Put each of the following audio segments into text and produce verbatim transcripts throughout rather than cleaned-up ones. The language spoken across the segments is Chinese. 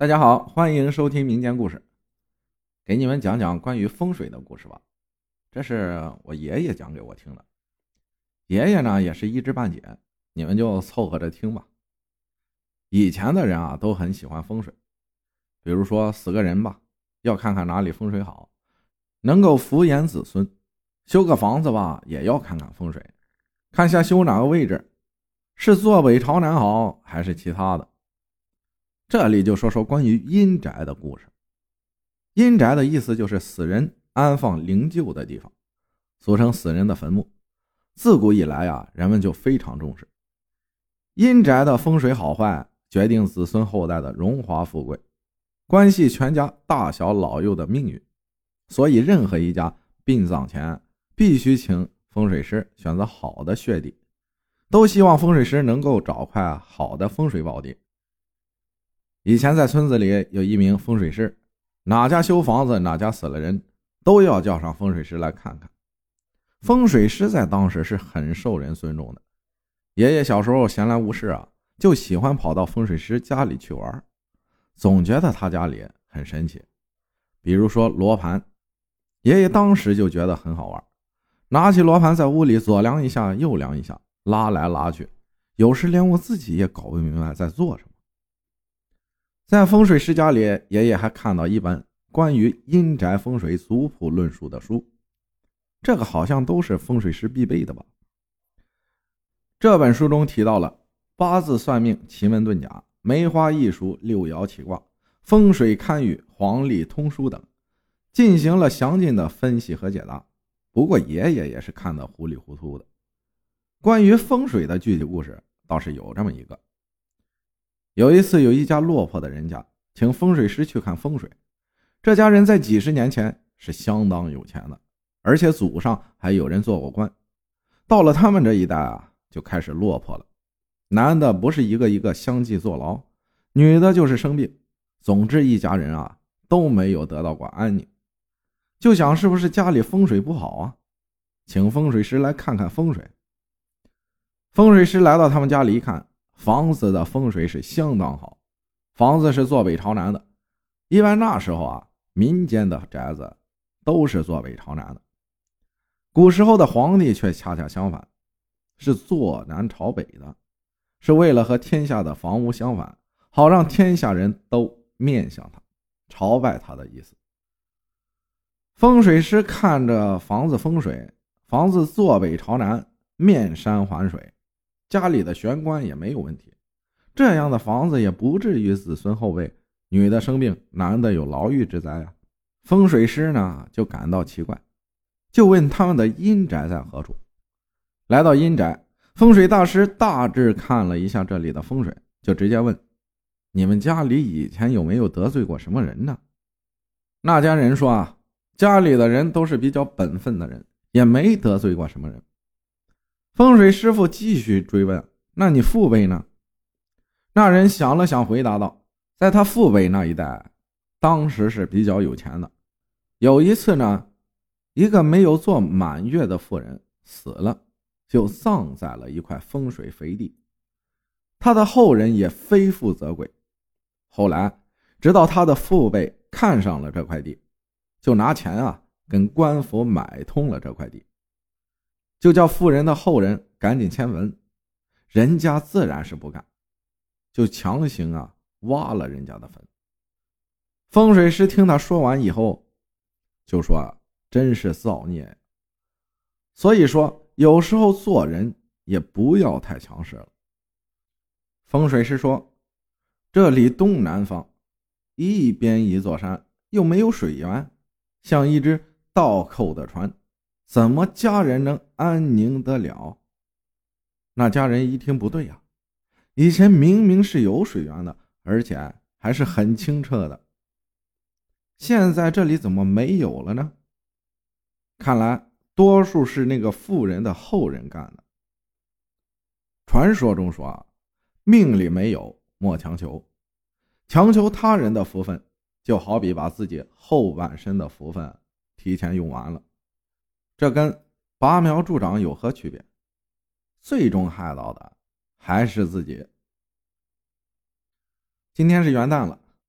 大家好，欢迎收听民间故事，给你们讲讲关于风水的故事吧。这是我爷爷讲给我听的，爷爷呢也是一知半解，你们就凑合着听吧。以前的人啊都很喜欢风水，比如说死个人吧，要看看哪里风水好，能够福延子孙；修个房子吧，也要看看风水，看下修哪个位置，是坐北朝南好还是其他的。这里就说说关于阴宅的故事。阴宅的意思就是死人安放灵柩的地方，俗称死人的坟墓。自古以来啊，人们就非常重视阴宅的风水好坏，决定子孙后代的荣华富贵，关系全家大小老幼的命运。所以任何一家殡葬前必须请风水师选择好的穴地，都希望风水师能够找块好的风水宝地。以前在村子里有一名风水师，哪家修房子哪家死了人，都要叫上风水师来看看。风水师在当时是很受人尊重的。爷爷小时候闲来无事啊，就喜欢跑到风水师家里去玩，总觉得他家里很神奇。比如说罗盘，爷爷当时就觉得很好玩，拿起罗盘在屋里左量一下右量一下，拉来拉去，有时连我自己也搞不明白在做什么。在风水师家里，爷爷还看到一本关于阴宅风水族谱论述的书，这个好像都是风水师必备的吧。这本书中提到了八字算命、奇门遁甲、梅花易数、六爻起卦、风水堪舆、黄历通书等，进行了详尽的分析和解答。不过爷爷也是看得糊里糊涂的。关于风水的具体故事倒是有这么一个。有一次有一家落魄的人家请风水师去看风水，这家人在几十年前是相当有钱的，而且祖上还有人做过官。到了他们这一代啊，就开始落魄了，男的不是一个一个相继坐牢，女的就是生病，总之一家人啊都没有得到过安宁。就想是不是家里风水不好啊，请风水师来看看风水。风水师来到他们家里一看，房子的风水是相当好，房子是坐北朝南的。一般那时候啊，民间的宅子都是坐北朝南的，古时候的皇帝却恰恰相反，是坐南朝北的，是为了和天下的房屋相反，好让天下人都面向他，朝拜他的意思。风水师看着房子风水，房子坐北朝南，面山环水，家里的玄关也没有问题，这样的房子也不至于子孙后辈女的生病，男的有牢狱之灾啊。风水师呢就感到奇怪，就问他们的阴宅在何处。来到阴宅，风水大师大致看了一下这里的风水，就直接问：你们家里以前有没有得罪过什么人呢？那家人说啊，家里的人都是比较本分的人，也没得罪过什么人。风水师傅继续追问：那你父辈呢？那人想了想回答道：在他父辈那一代，当时是比较有钱的。有一次呢，一个没有做满月的妇人死了，就葬在了一块风水肥地，他的后人也非富则贵。后来直到他的父辈看上了这块地，就拿钱啊跟官府买通了这块地，就叫妇人的后人赶紧迁坟，人家自然是不干，就强行啊挖了人家的坟。风水师听他说完以后就说啊，真是造孽。所以说有时候做人也不要太强势了。风水师说，这里东南方一边一座山，又没有水源，像一只倒扣的船，怎么家人能安宁得了？那家人一听不对呀、啊，以前明明是有水源的，而且还是很清澈的，现在这里怎么没有了呢？看来多数是那个妇人的后人干的。传说中说啊，命里没有莫强求，强求他人的福分，就好比把自己后半生的福分提前用完了，这跟拔苗助长有何区别？最终害到的还是自己。今天是元旦了，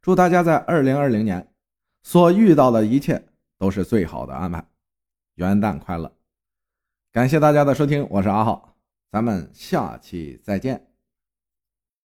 祝大家在二零二零年所遇到的一切都是最好的安排，元旦快乐！感谢大家的收听，我是阿浩，咱们下期再见。